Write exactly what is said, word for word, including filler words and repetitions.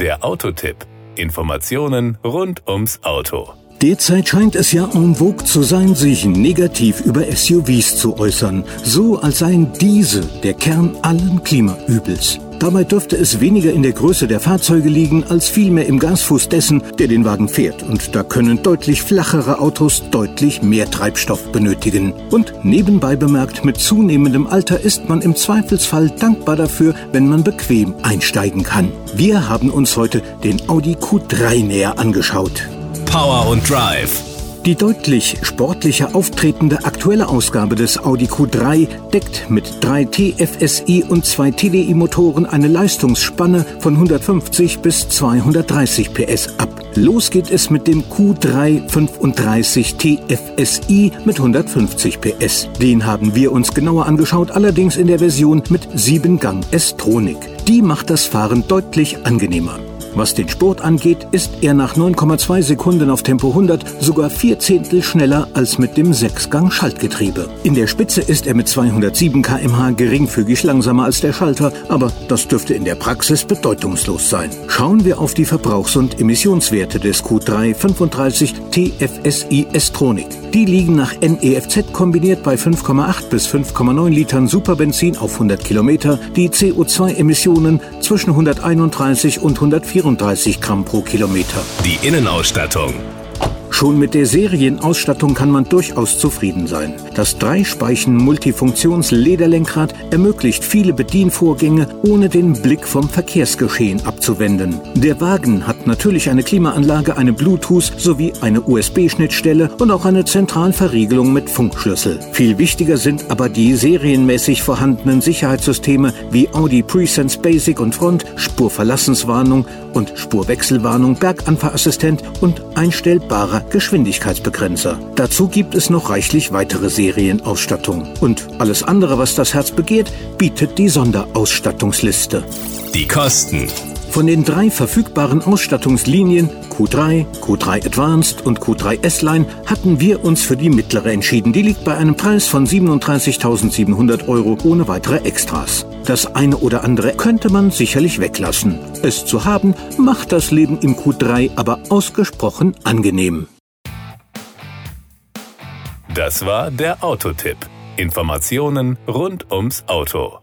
Der Autotipp. Informationen rund ums Auto. Derzeit scheint es ja en vogue zu sein, sich negativ über S U Vs zu äußern, so als seien diese der Kern allen Klimaübels. Dabei dürfte es weniger in der Größe der Fahrzeuge liegen, als vielmehr im Gasfuß dessen, der den Wagen fährt. Und da können deutlich flachere Autos deutlich mehr Treibstoff benötigen. Und nebenbei bemerkt, mit zunehmendem Alter ist man im Zweifelsfall dankbar dafür, wenn man bequem einsteigen kann. Wir haben uns heute den Audi Q drei näher angeschaut. Power und Drive. Die deutlich sportlicher auftretende aktuelle Ausgabe des Audi Q drei deckt mit drei T F S I und zwei T D I-Motoren eine Leistungsspanne von hundertfünfzig bis zweihundertdreißig P S ab. Los geht es mit dem Q drei fünfunddreißig T F S I mit hundertfünfzig P S. Den haben wir uns genauer angeschaut, allerdings in der Version mit sieben Gang S-Tronic. Die macht das Fahren deutlich angenehmer. Was den Sport angeht, ist er nach neun Komma zwei Sekunden auf Tempo hundert sogar vier Zehntel schneller als mit dem sechs Gang Schaltgetriebe. In der Spitze ist er mit zweihundertsieben Kilometer pro Stunde geringfügig langsamer als der Schalter, aber das dürfte in der Praxis bedeutungslos sein. Schauen wir auf die Verbrauchs- und Emissionswerte des Q drei fünfunddreißig T F S I S-Tronic. Die liegen nach N E F Z kombiniert bei fünf Komma acht bis fünf Komma neun Litern Superbenzin auf hundert Kilometer, die C O zwei Emissionen zwischen hunderteinunddreißig und hundertvierunddreißig Gramm pro Kilometer. Die Innenausstattung. Schon mit der Serienausstattung kann man durchaus zufrieden sein. Das Dreispeichen-Multifunktions-Lederlenkrad ermöglicht viele Bedienvorgänge, ohne den Blick vom Verkehrsgeschehen abzuwenden. Der Wagen hat natürlich eine Klimaanlage, eine Bluetooth sowie eine U S B-Schnittstelle und auch eine Zentralverriegelung mit Funkschlüssel. Viel wichtiger sind aber die serienmäßig vorhandenen Sicherheitssysteme wie Audi Presense Basic und Front, Spurverlassenswarnung und Spurwechselwarnung, Berganfahrassistent und einstellbarer Geschwindigkeitsbegrenzer. Dazu gibt es noch reichlich weitere Serienausstattung. Und alles andere, was das Herz begehrt, bietet die Sonderausstattungsliste. Die Kosten. Von den drei verfügbaren Ausstattungslinien Q drei, Q drei Advanced und Q drei S-Line hatten wir uns für die mittlere entschieden. Die liegt bei einem Preis von siebenunddreißigtausendsiebenhundert Euro ohne weitere Extras. Das eine oder andere könnte man sicherlich weglassen. Es zu haben, macht das Leben im Q drei aber ausgesprochen angenehm. Das war der Autotipp. Informationen rund ums Auto.